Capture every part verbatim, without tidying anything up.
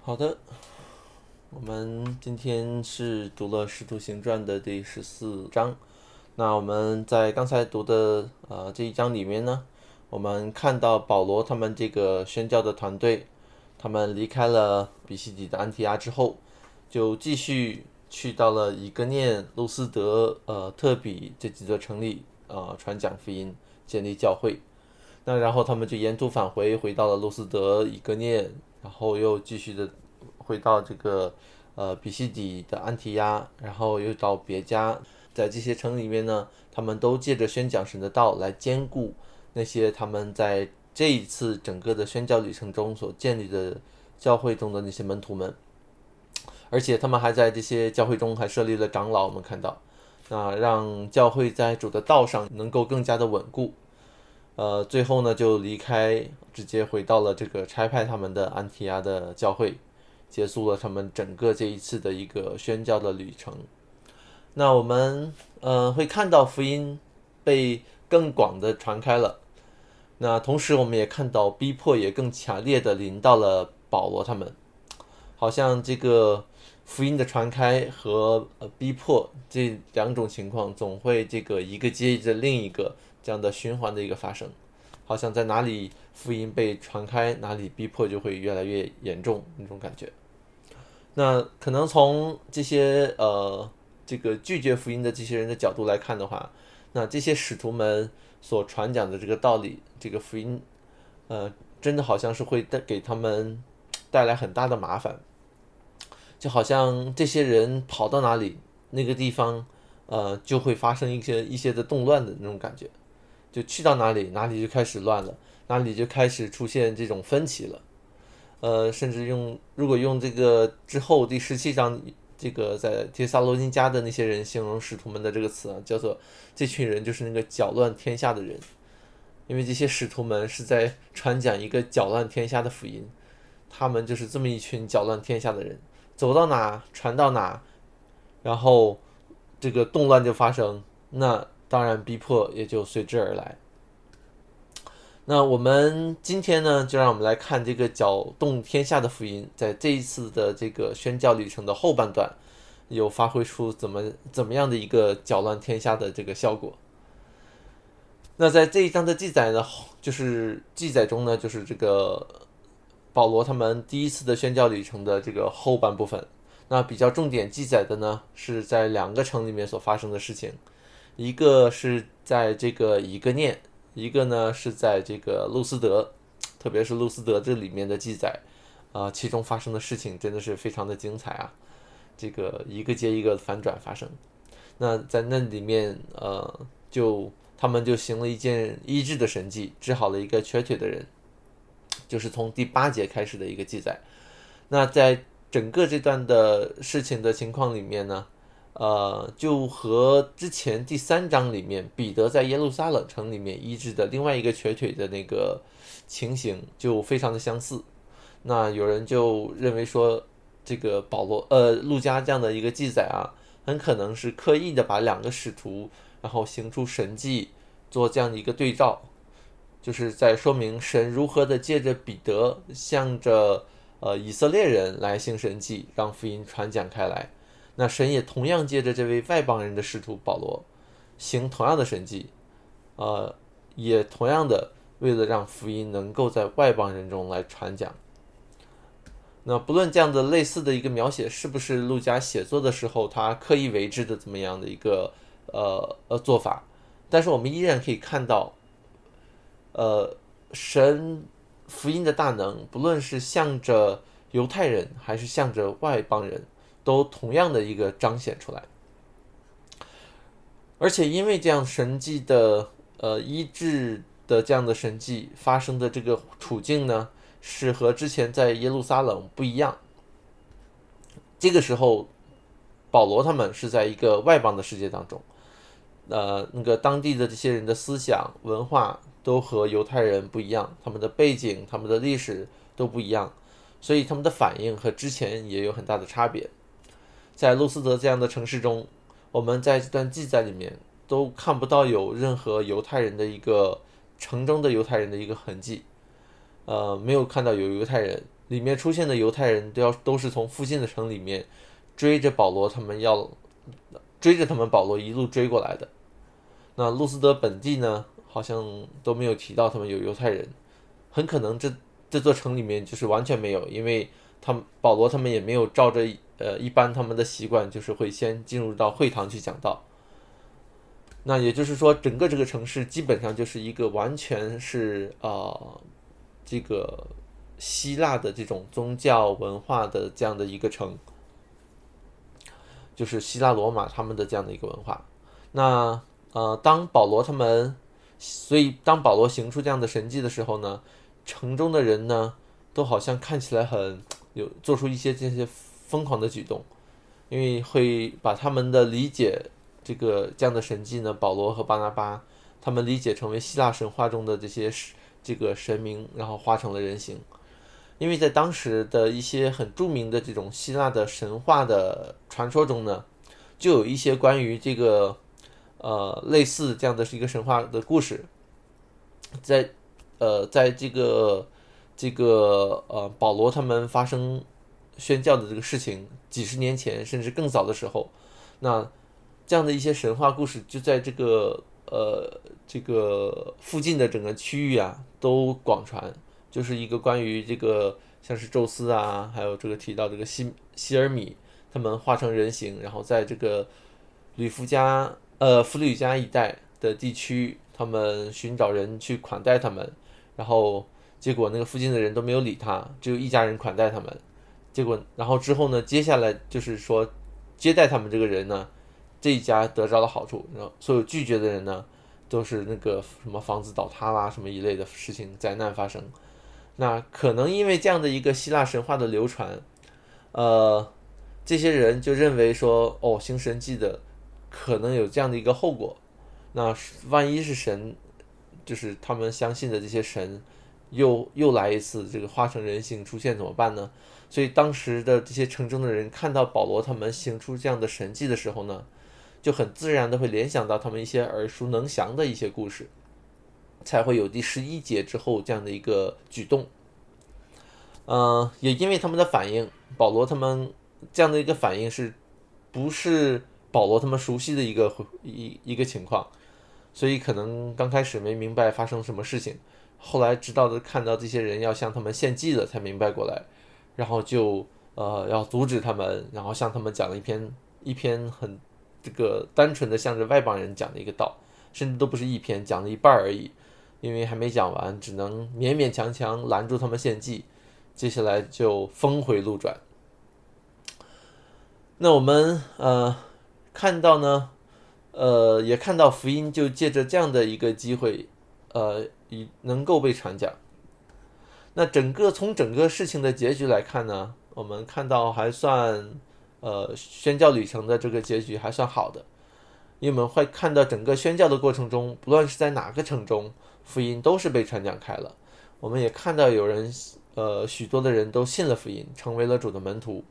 好的，我们今天是读了《使徒行传》的第十四章。那我们在刚才读的呃这一章里面呢，我们看到保罗他们这个宣教的团队，他们离开了比西底的安提阿之后，就继续去到了以哥念、路斯德、呃特比这几座城里，呃传讲福音，建立教会。那然后他们就沿途返回，回到了路斯德、以哥念，然后又继续的回到这个呃比西底的安提亚，然后又到别家，在这些城里面呢，他们都借着宣讲神的道来兼顾那些他们在这一次整个的宣教旅程中所建立的教会中的那些门徒们，而且他们还在这些教会中还设立了长老，我们看到，那让教会在主的道上能够更加的稳固。呃，最后呢，就离开，直接回到了这个差派他们的安提阿的教会，结束了他们整个这一次的一个宣教的旅程。那我们呃会看到福音被更广的传开了，那同时我们也看到逼迫也更强烈的临到了保罗他们，好像这个福音的传开和呃逼迫这两种情况总会这个一个接着另一个这样的循环的一个发生，好像在哪里福音被传开，哪里逼迫就会越来越严重那种感觉。那可能从这些呃这个拒绝福音的这些人的角度来看的话，那这些使徒们所传讲的这个道理，这个福音，呃，真的好像是会带给他们带来很大的麻烦，就好像这些人跑到哪里，那个地方，呃，就会发生一些一些的动乱的那种感觉。就去到哪里，哪里就开始乱了，哪里就开始出现这种分歧了。呃，甚至用如果用这个之后第十七章这个在帖撒罗尼迦的那些人形容使徒们的这个词啊，叫做这群人就是那个搅乱天下的人，因为这些使徒们是在传讲一个搅乱天下的福音，他们就是这么一群搅乱天下的人，走到哪传到哪，然后这个动乱就发生，那当然逼迫也就随之而来。那我们今天呢，就让我们来看这个搅动天下的福音，在这一次的这个宣教旅程的后半段，有发挥出怎么怎么样的一个搅乱天下的这个效果。那在这一章的记载呢，就是记载中呢，就是这个保罗他们第一次的宣教旅程的这个后半部分。那比较重点记载的呢，是在两个城里面所发生的事情，一个是在这个以哥念，一个呢是在这个路斯德，特别是路斯德这里面的记载，啊、呃，其中发生的事情真的是非常的精彩啊，这个一个接一个反转发生。那在那里面，呃，就他们就行了一件医治的神迹，治好了一个瘸腿的人，就是从第八节开始的一个记载。那在整个这段的事情的情况里面呢，呃，就和之前第三章里面彼得在耶路撒冷城里面医治的另外一个瘸腿的那个情形就非常的相似。那有人就认为说，这个保罗呃路加这样的一个记载啊，很可能是刻意的把两个使徒然后行出神迹做这样的一个对照，就是在说明神如何的借着彼得向着呃以色列人来行神迹，让福音传讲开来。那神也同样借着这位外邦人的使徒保罗行同样的神迹，呃，也同样的为了让福音能够在外邦人中来传讲。那不论这样的类似的一个描写是不是路加写作的时候他刻意为之的怎么样的一个呃呃做法，但是我们依然可以看到，呃，神福音的大能，不论是向着犹太人还是向着外邦人，都同样的一个彰显出来。而且因为这样神迹的呃医治的这样的神迹发生的这个处境呢，是和之前在耶路撒冷不一样。这个时候保罗他们是在一个外邦的世界当中，呃，那个当地的这些人的思想文化都和犹太人不一样，他们的背景他们的历史都不一样，所以他们的反应和之前也有很大的差别。在路斯德这样的城市中，我们在这段记载里面都看不到有任何犹太人的一个城中的犹太人的一个痕迹，呃，没有看到有犹太人里面出现的犹太人都要都是从附近的城里面追着保罗他们要追着他们保罗一路追过来的。那路斯德本地呢，好像都没有提到他们有犹太人，很可能这这座城里面就是完全没有，因为他们保罗他们也没有照着呃一般他们的习惯，就是会先进入到会堂去讲道。那也就是说，整个这个城市基本上就是一个完全是呃这个希腊的这种宗教文化的这样的一个城，就是希腊罗马他们的这样的一个文化。那呃，当保罗他们，所以当保罗行出这样的神迹的时候呢，城中的人呢，都好像看起来很有做出一些这些疯狂的举动，因为会把他们的理解这个这样的神迹呢，保罗和巴拿巴他们理解成为希腊神话中的这些这个神明，然后化成了人形。因为在当时的一些很著名的这种希腊的神话的传说中呢，就有一些关于这个呃类似这样的一个神话的故事，在呃在这个这个呃保罗他们发生宣教的这个事情几十年前甚至更早的时候，那这样的一些神话故事就在这个呃这个附近的整个区域啊都广传。就是一个关于这个像是宙斯啊，还有这个提到这个希希尔米，他们化成人形，然后在这个吕弗加呃弗吕加一带的地区，他们寻找人去款待他们，然后结果那个附近的人都没有理他，只有一家人款待他们。结果然后之后呢，接下来就是说接待他们这个人呢，这一家得着了好处，然后所有拒绝的人呢，都是那个什么房子倒塌啦什么一类的事情灾难发生。那可能因为这样的一个希腊神话的流传，呃，这些人就认为说，哦，行神迹的可能有这样的一个后果。那万一是神，就是他们相信的这些神，又又来一次这个化成人形出现怎么办呢？所以当时的这些城中的人看到保罗他们行出这样的神迹的时候呢，就很自然的会联想到他们一些耳熟能详的一些故事。才会有第十一节之后这样的一个举动。呃，也因为他们的反应，保罗他们这样的一个反应是不是保罗他们熟悉的一个一一个情况，所以可能刚开始没明白发生什么事情，后来知道的看到这些人要向他们献祭了才明白过来，然后就呃要阻止他们，然后向他们讲了一篇一篇很这个单纯的向着外邦人讲的一个道，甚至都不是一篇，讲了一半而已。因为还没讲完，只能勉勉强强拦住他们献祭，接下来就峰回路转。那我们呃看到呢，呃也看到福音就借着这样的一个机会，呃以能够被传讲。那整个从整个事情的结局来看呢，我们看到还算呃宣教旅程的这个结局还算好的，因为我们会看到整个宣教的过程中，不论是在哪个城中，福音都是被传讲开了。我们也看到有人，呃，许多的人都信了福音，成为了主的门徒。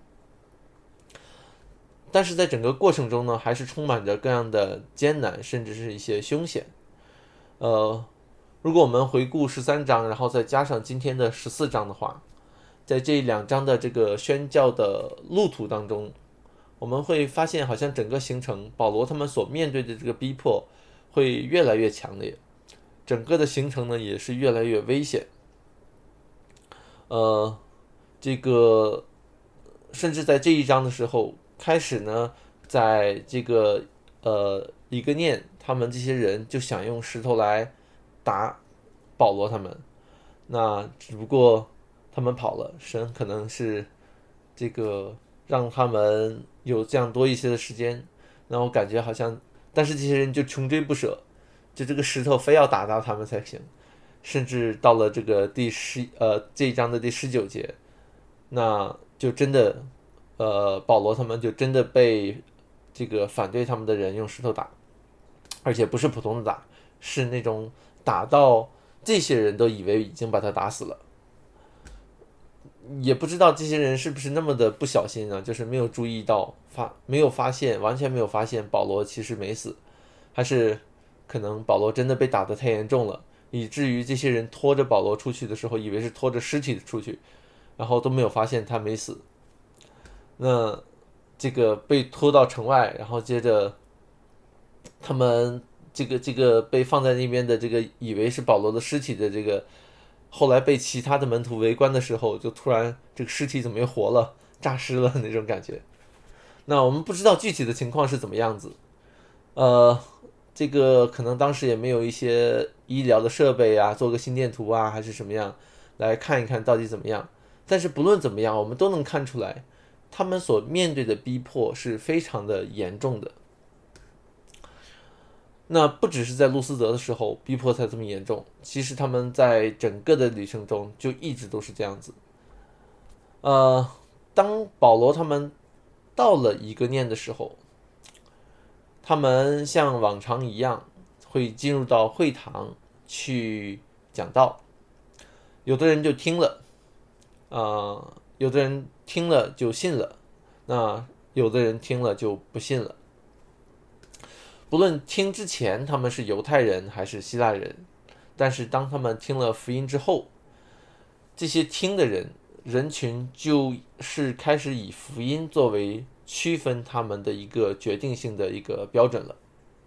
但是在整个过程中呢，还是充满着各样的艰难，甚至是一些凶险。呃，如果我们回顾十三章，然后再加上今天的十四章的话，在这两章的这个宣教的路途当中，我们会发现，好像整个行程，保罗他们所面对的这个逼迫会越来越强烈。整个的行程呢也是越来越危险，呃，这个甚至在这一章的时候开始呢，在这个呃以哥念他们这些人就想用石头来打保罗他们，那只不过他们跑了，神可能是这个让他们有这样多一些的时间，那我感觉好像，但是这些人就穷追不舍。就这个石头非要打到他们才行，甚至到了这个第十呃这一章的第十九节，那就真的呃保罗他们就真的被这个反对他们的人用石头打，而且不是普通的打，是那种打到这些人都以为已经把他打死了。也不知道这些人是不是那么的不小心呢，就是没有注意到发没有发现完全没有发现保罗其实没死，还是可能保罗真的被打得太严重了，以至于这些人拖着保罗出去的时候，以为是拖着尸体出去， 然后都没有发现他没死。那这个被拖到城外，然后接着他们这个这个被放在那边的这个以为是保罗的尸体的这个，后来被其他的门徒围观的时候，就突然这个尸体怎么又活了，诈尸了那种感觉。那我们不知道具体的情况是怎么样子，呃，这个可能当时也没有一些医疗的设备啊，做个心电图啊，还是什么样，来看一看到底怎么样。但是不论怎么样，我们都能看出来，他们所面对的逼迫是非常的严重的。那不只是在路斯德的时候逼迫才这么严重，其实他们在整个的旅程中就一直都是这样子。呃，当保罗他们到了以哥念的时候，他们像往常一样会进入到会堂去讲道，有的人就听了，呃，有的人听了就信了，那有的人听了就不信了。不论听之前他们是犹太人还是希腊人，但是当他们听了福音之后，这些听的人人群就是开始以福音作为区分他们的一个决定性的一个标准了。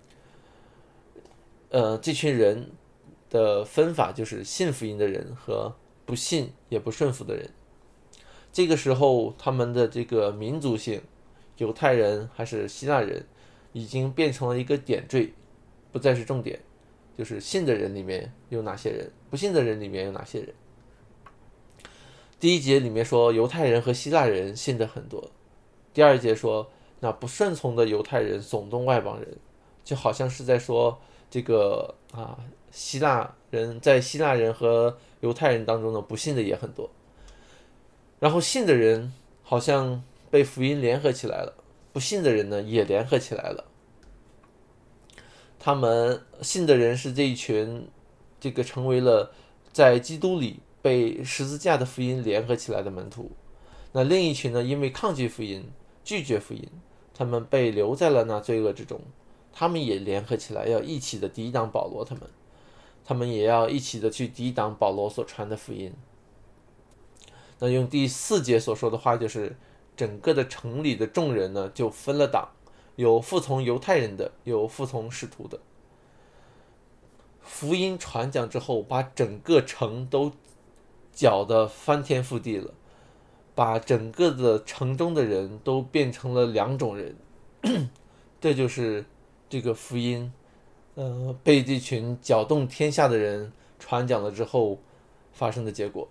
呃，这群人的分法就是信福音的人和不信也不顺服的人。这个时候，他们的这个民族性，犹太人还是希腊人，已经变成了一个点缀，不再是重点，就是信的人里面有哪些人，不信的人里面有哪些人。第一节里面说犹太人和希腊人信的很多，第二节说那不顺从的犹太人耸动外邦人，就好像是在说这个啊，希腊人在希腊人和犹太人当中呢，不信的也很多。然后信的人好像被福音联合起来了，不信的人呢也联合起来了。他们信的人是这一群，这个成为了在基督里被十字架的福音联合起来的门徒。那另一群呢，因为抗拒福音、拒绝福音，他们被留在了那罪恶之中。他们也联合起来，要一起的抵挡保罗他们，他们也要一起的去抵挡保罗所传的福音。那用第四节所说的话，就是整个的城里的众人呢，就分了党，有服从犹太人的，有服从使徒的。福音传讲之后，把整个城都搅得翻天覆地了，把整个的城中的人都变成了两种人。这就是这个福音，呃，被这群搅动天下的人传讲了之后发生的结果。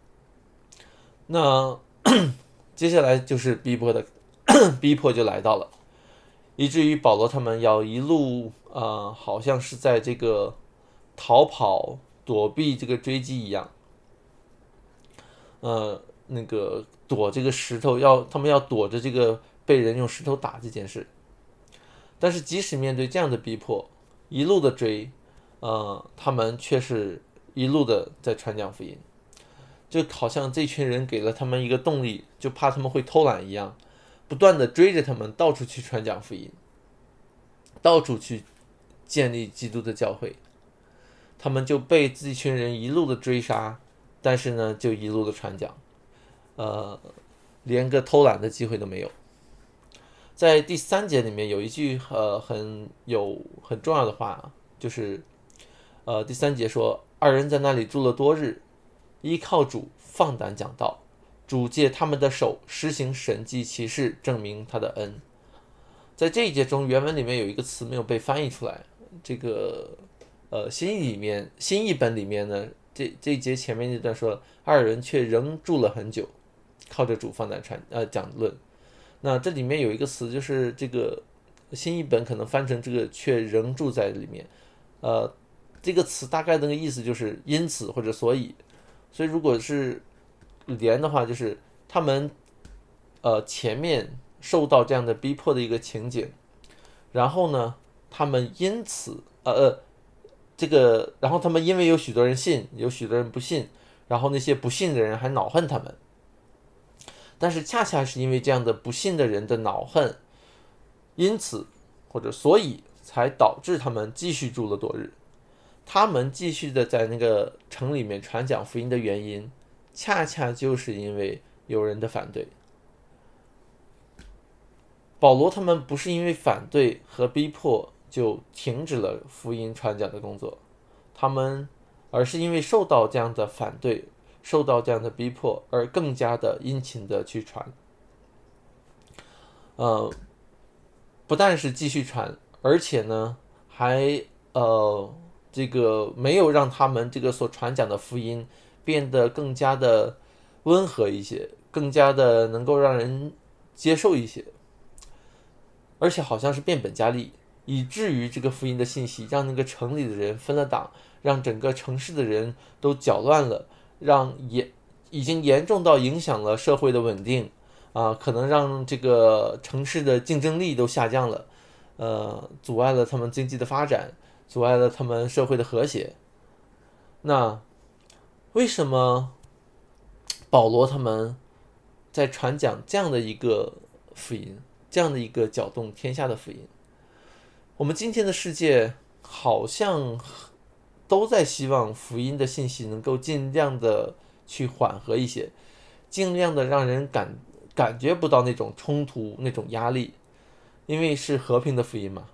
那接下来就是逼迫的逼迫就来到了，以至于保罗他们要一路呃，好像是在这个逃跑躲避这个追击一样，呃，那个躲这个石头，要他们要躲着这个被人用石头打这件事。但是即使面对这样的逼迫，一路的追，呃，他们却是一路的在传讲福音。就好像这群人给了他们一个动力，就怕他们会偷懒一样，不断的追着他们到处去传讲福音，到处去建立基督的教会。他们就被这群人一路的追杀，但是呢就一路的传讲，呃，连个偷懒的机会都没有。在第三节里面有一句呃很有很重要的话，就是呃第三节说，二人在那里住了多日，依靠主放胆讲道，主借他们的手施行神迹奇事，证明他的恩。在这一节中，原文里面有一个词没有被翻译出来，这个呃新译里面新译本里面呢，这这一节前面那段说，二人却仍住了很久，靠着主放胆传呃讲论。那这里面有一个词，就是这个新译本可能翻成这个却仍住在里面，呃，这个词大概那个意思就是因此或者所以。所以如果是连的话，就是他们呃前面受到这样的逼迫的一个情景，然后呢，他们因此呃呃这个，然后他们因为有许多人信，有许多人不信，然后那些不信的人还恼恨他们。但是恰恰是因为这样的不信的人的恼恨，因此或者所以才导致他们继续住了多日。他们继续的在那个城里面传讲福音的原因， 恰恰就是因为有人的反对。保罗他们不是因为反对和逼迫就停止了福音传讲的工作，他们而是因为受到这样的反对，受到这样的逼迫，而更加的殷勤的去传。呃，不但是继续传，而且呢，还呃这个没有让他们这个所传讲的福音变得更加的温和一些，更加的能够让人接受一些，而且好像是变本加厉，以至于这个福音的信息让那个城里的人分了党，让整个城市的人都搅乱了，让严已经严重到影响了社会的稳定啊，可能让这个城市的竞争力都下降了，呃，阻碍了他们经济的发展，阻碍了他们社会的和谐。那为什么保罗他们在传讲这样的一个福音，这样的一个搅动天下的福音？我们今天的世界好像都在希望福音的信息能够尽量的去缓和一些，尽量的让人感感觉不到那种冲突、那种压力，因为是和平的福音嘛。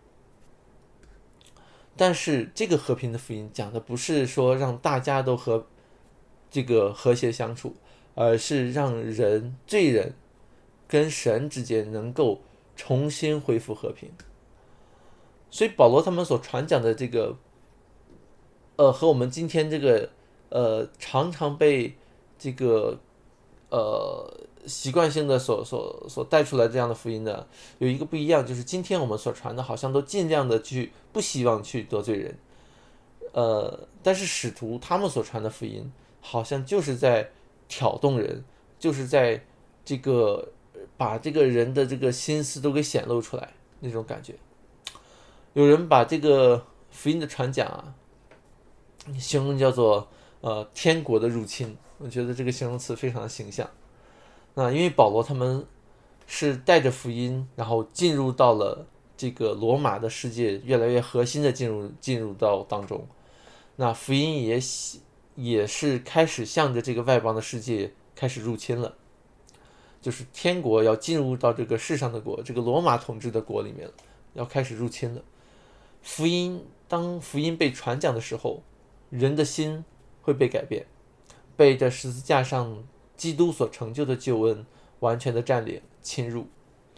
但是这个和平的福音讲的不是说让大家都和这个和谐相处，而是让人罪人跟神之间能够重新恢复和平。所以保罗他们所传讲的这个，呃，和我们今天这个，呃，常常被这个，呃，习惯性的所所所带出来这样的福音呢，有一个不一样，就是今天我们所传的，好像都尽量的去不希望去得罪人，呃，但是使徒他们所传的福音，好像就是在挑动人，就是在这个把这个人的这个心思都给显露出来那种感觉。有人把这个福音的传讲啊，形容叫做呃天国的入侵，我觉得这个形容词非常的形象。那因为保罗他们是带着福音，然后进入到了这个罗马的世界，越来越核心的进入进入到当中。那福音也也是开始向着这个外邦的世界开始入侵了，就是天国要进入到这个世上的国，这个罗马统治的国里面了，要开始入侵了。福音当福音被传讲的时候，人的心会被改变，被这十字架上基督所成就的救恩完全的占领侵入。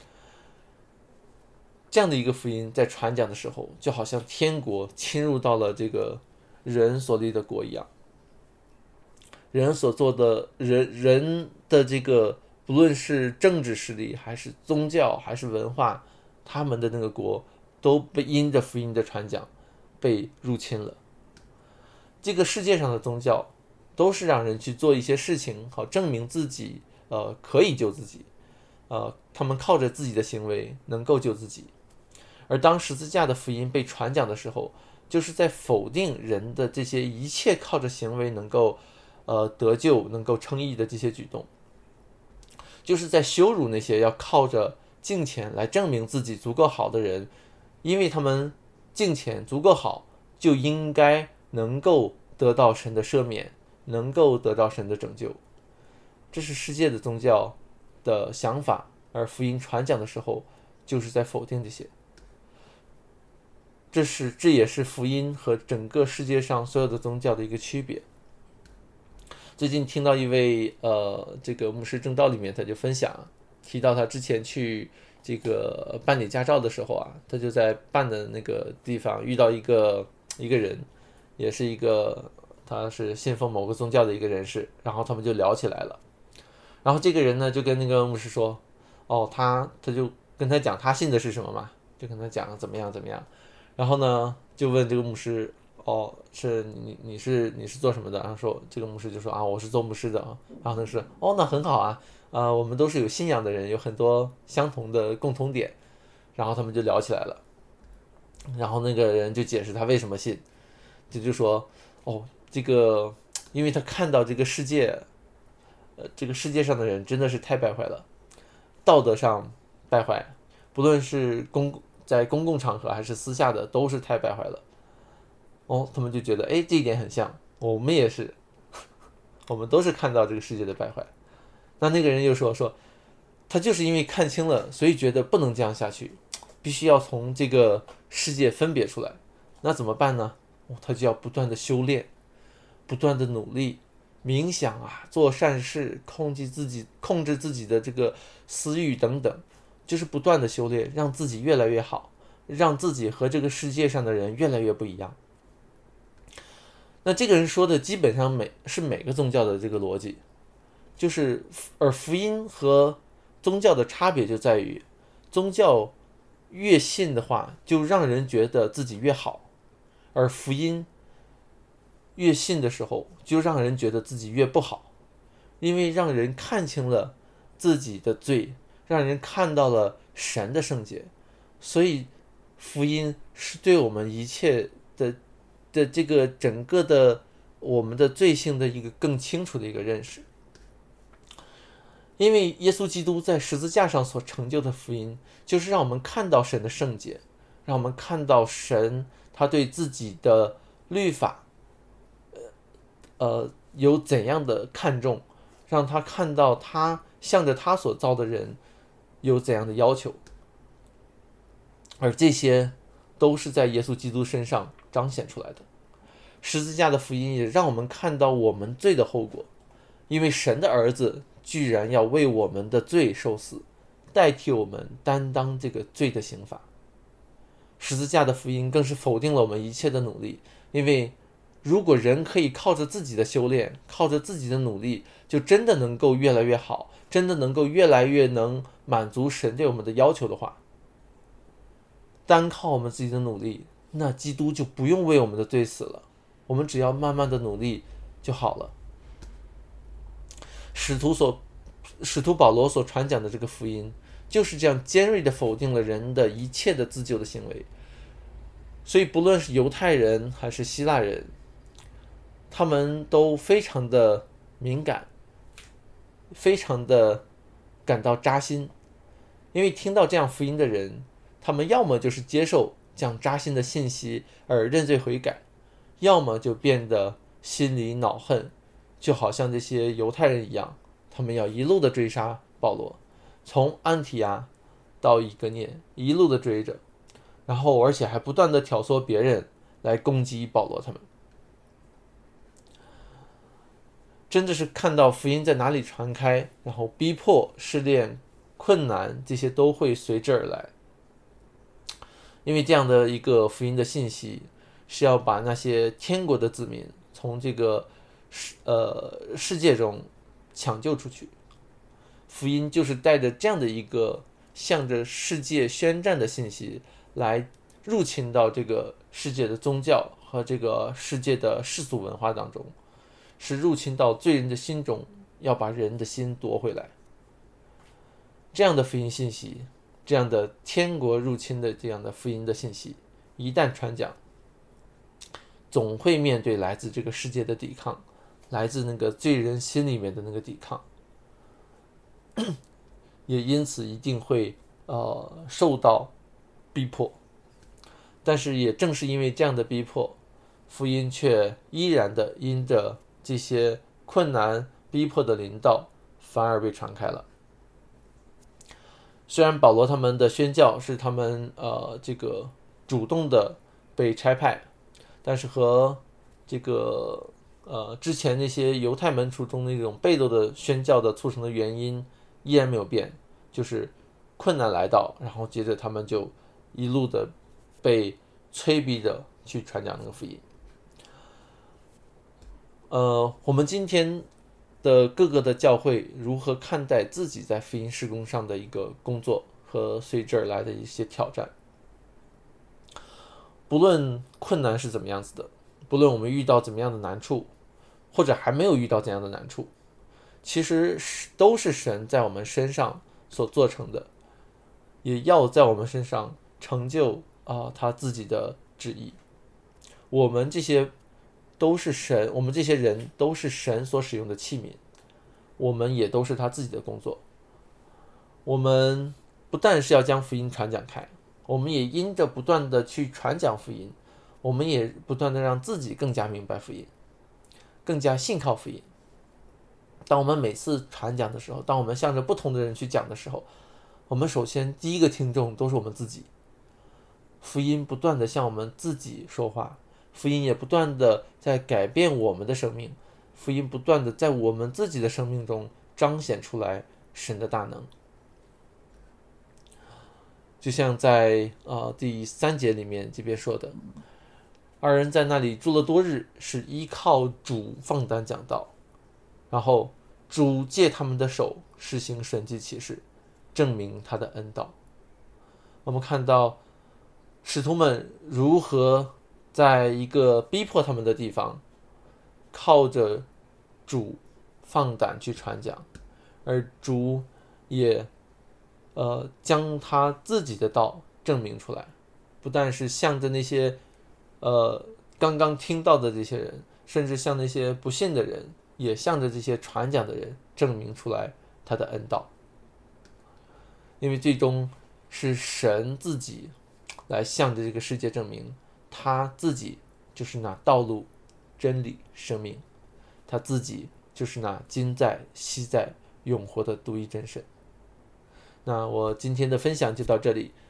这样的一个福音在传讲的时候，就好像天国侵入到了这个人所立的国一样，人所做的人人的这个不论是政治势力还是宗教还是文化，他们的那个国都被因着福音的传讲被入侵了。这个世界上的宗教都是让人去做一些事情，好证明自己呃可以救自己，呃他们靠着自己的行为能够救自己。而当十字架的福音被传讲的时候，就是在否定人的这些一切靠着行为能够呃得救、能够称义的这些举动，就是在羞辱那些要靠着敬虔来证明自己足够好的人，因为他们敬虔足够好，就应该能够得到神的赦免，能够得到神的拯救。这是世界的宗教的想法，而福音传讲的时候就是在否定这些。这是这也是福音和整个世界上所有的宗教的一个区别。最近听到一位呃这个牧师正道里面，他就分享提到他之前去这个办理驾照的时候啊，他就在办的那个地方遇到一个一个人，也是一个他是信奉某个宗教的一个人士，然后他们就聊起来了。然后这个人呢就跟那个牧师说，哦，他他就跟他讲他信的是什么嘛，就跟他讲怎么样怎么样。然后呢就问这个牧师，哦，是你你是你是做什么的？然后说这个牧师就说啊，我是做牧师的啊。然后他说，哦，那很好啊，呃，我们都是有信仰的人，有很多相同的共同点。然后他们就聊起来了。然后那个人就解释他为什么信，就就说，哦，这个因为他看到这个世界，呃，这个世界上的人真的是太败坏了，道德上败坏，不论是公在公共场合还是私下的，都是太败坏了。哦，他们就觉得，哎，这一点很像，我们也是。 我们都是看到这个世界的败坏。那那个人又说说，他就是因为看清了，所以觉得不能这样下去，必须要从这个世界分别出来。那怎么办呢？哦、他就要不断的修炼，不断的努力，冥想啊，做善事，控制自己，控制自己的这个私欲等等，就是不断的修炼，让自己越来越好，让自己和这个世界上的人越来越不一样。那这个人说的基本上每是每个宗教的这个逻辑，就是而福音和宗教的差别就在于，宗教越信的话，就让人觉得自己越好，而福音越信的时候，就让人觉得自己越不好，因为让人看清了自己的罪，让人看到了神的圣洁，所以福音是对我们一切的的这个整个的我们的罪性的一个更清楚的一个认识。因为耶稣基督在十字架上所成就的福音，就是让我们看到神的圣洁，让我们看到神他对自己的律法呃有怎样的看重，让他看到他向着他所造的人有怎样的要求，而这些都是在耶稣基督身上彰显出来的。十字架的福音也让我们看到我们罪的后果，因为神的儿子居然要为我们的罪受死，代替我们担当这个罪的刑罚。十字架的福音更是否定了我们一切的努力，因为如果人可以靠着自己的修炼，靠着自己的努力，就真的能够越来越好，真的能够越来越能满足神对我们的要求的话，单靠我们自己的努力，那基督就不用为我们的罪死了，我们只要慢慢的努力就好了。使徒所使徒保罗所传讲的这个福音，就是这样尖锐的否定了人的一切的自救的行为。所以不论是犹太人还是希腊人，他们都非常的敏感，非常的感到扎心，因为听到这样福音的人，他们要么就是接受这样扎心的信息而认罪悔改，要么就变得心里恼恨，就好像这些犹太人一样，他们要一路的追杀保罗，从安提阿到以哥念，一路的追着，然后而且还不断的挑唆别人来攻击保罗他们。真的是看到福音在哪里传开，然后逼迫、试炼、困难，这些都会随之而来。因为这样的一个福音的信息，是要把那些天国的子民从这个呃世界中抢救出去。福音就是带着这样的一个向着世界宣战的信息，来入侵到这个世界的宗教和这个世界的世俗文化当中，是入侵到罪人的心中，要把人的心夺回来。这样的福音信息，这样的天国入侵的这样的福音的信息，一旦传讲，总会面对来自这个世界的抵抗，来自那个罪人心里面的那个抵抗，也因此一定会呃受到逼迫。但是也正是因为这样的逼迫，福音却依然的因着这些困难逼迫的临到，反而被传开了。虽然保罗他们的宣教是他们呃这个主动的被差派，但是和这个呃之前那些犹太门徒中那种被动的宣教的促成的原因依然没有变，就是困难来到，然后接着他们就一路的被催逼着去传讲那个福音。呃，我们今天的各个的教会如何看待自己在福音事工上的一个工作和随之而来的一些挑战？不论困难是怎么样子的，不论我们遇到怎么样的难处，或者还没有遇到怎样的难处，其实都是神在我们身上所做成的，也要在我们身上成就啊、呃、他自己的旨意。我们这些都是神，我们这些人都是神所使用的器皿，我们也都是他自己的工作。我们不但是要将福音传讲开，我们也因着不断的去传讲福音，我们也不断的让自己更加明白福音，更加信靠福音。 当我们每次传讲的时候，当我们向着不同的人去讲的时候，我们首先第一个听众都是我们自己。福音不断的向我们自己说话，福音也不断的在改变我们的生命，福音不断的在我们自己的生命中彰显出来神的大能。就像在呃第三节里面这边说的，二人在那里住了多日，是依靠主放胆讲道，然后主借他们的手施行神迹奇事，证明他的恩道。我们看到使徒们如何在一个逼迫他们的地方，靠着主放胆去传讲，而主也呃将他自己的道证明出来，不但是向着那些呃刚刚听到的这些人，甚至向那些不信的人，也向着这些传讲的人证明出来他的恩道。因为最终是神自己来向着这个世界证明，他自己就是那道路、真理、生命，他自己就是那今在、昔在、永活的独一真神。那我今天的分享就到这里，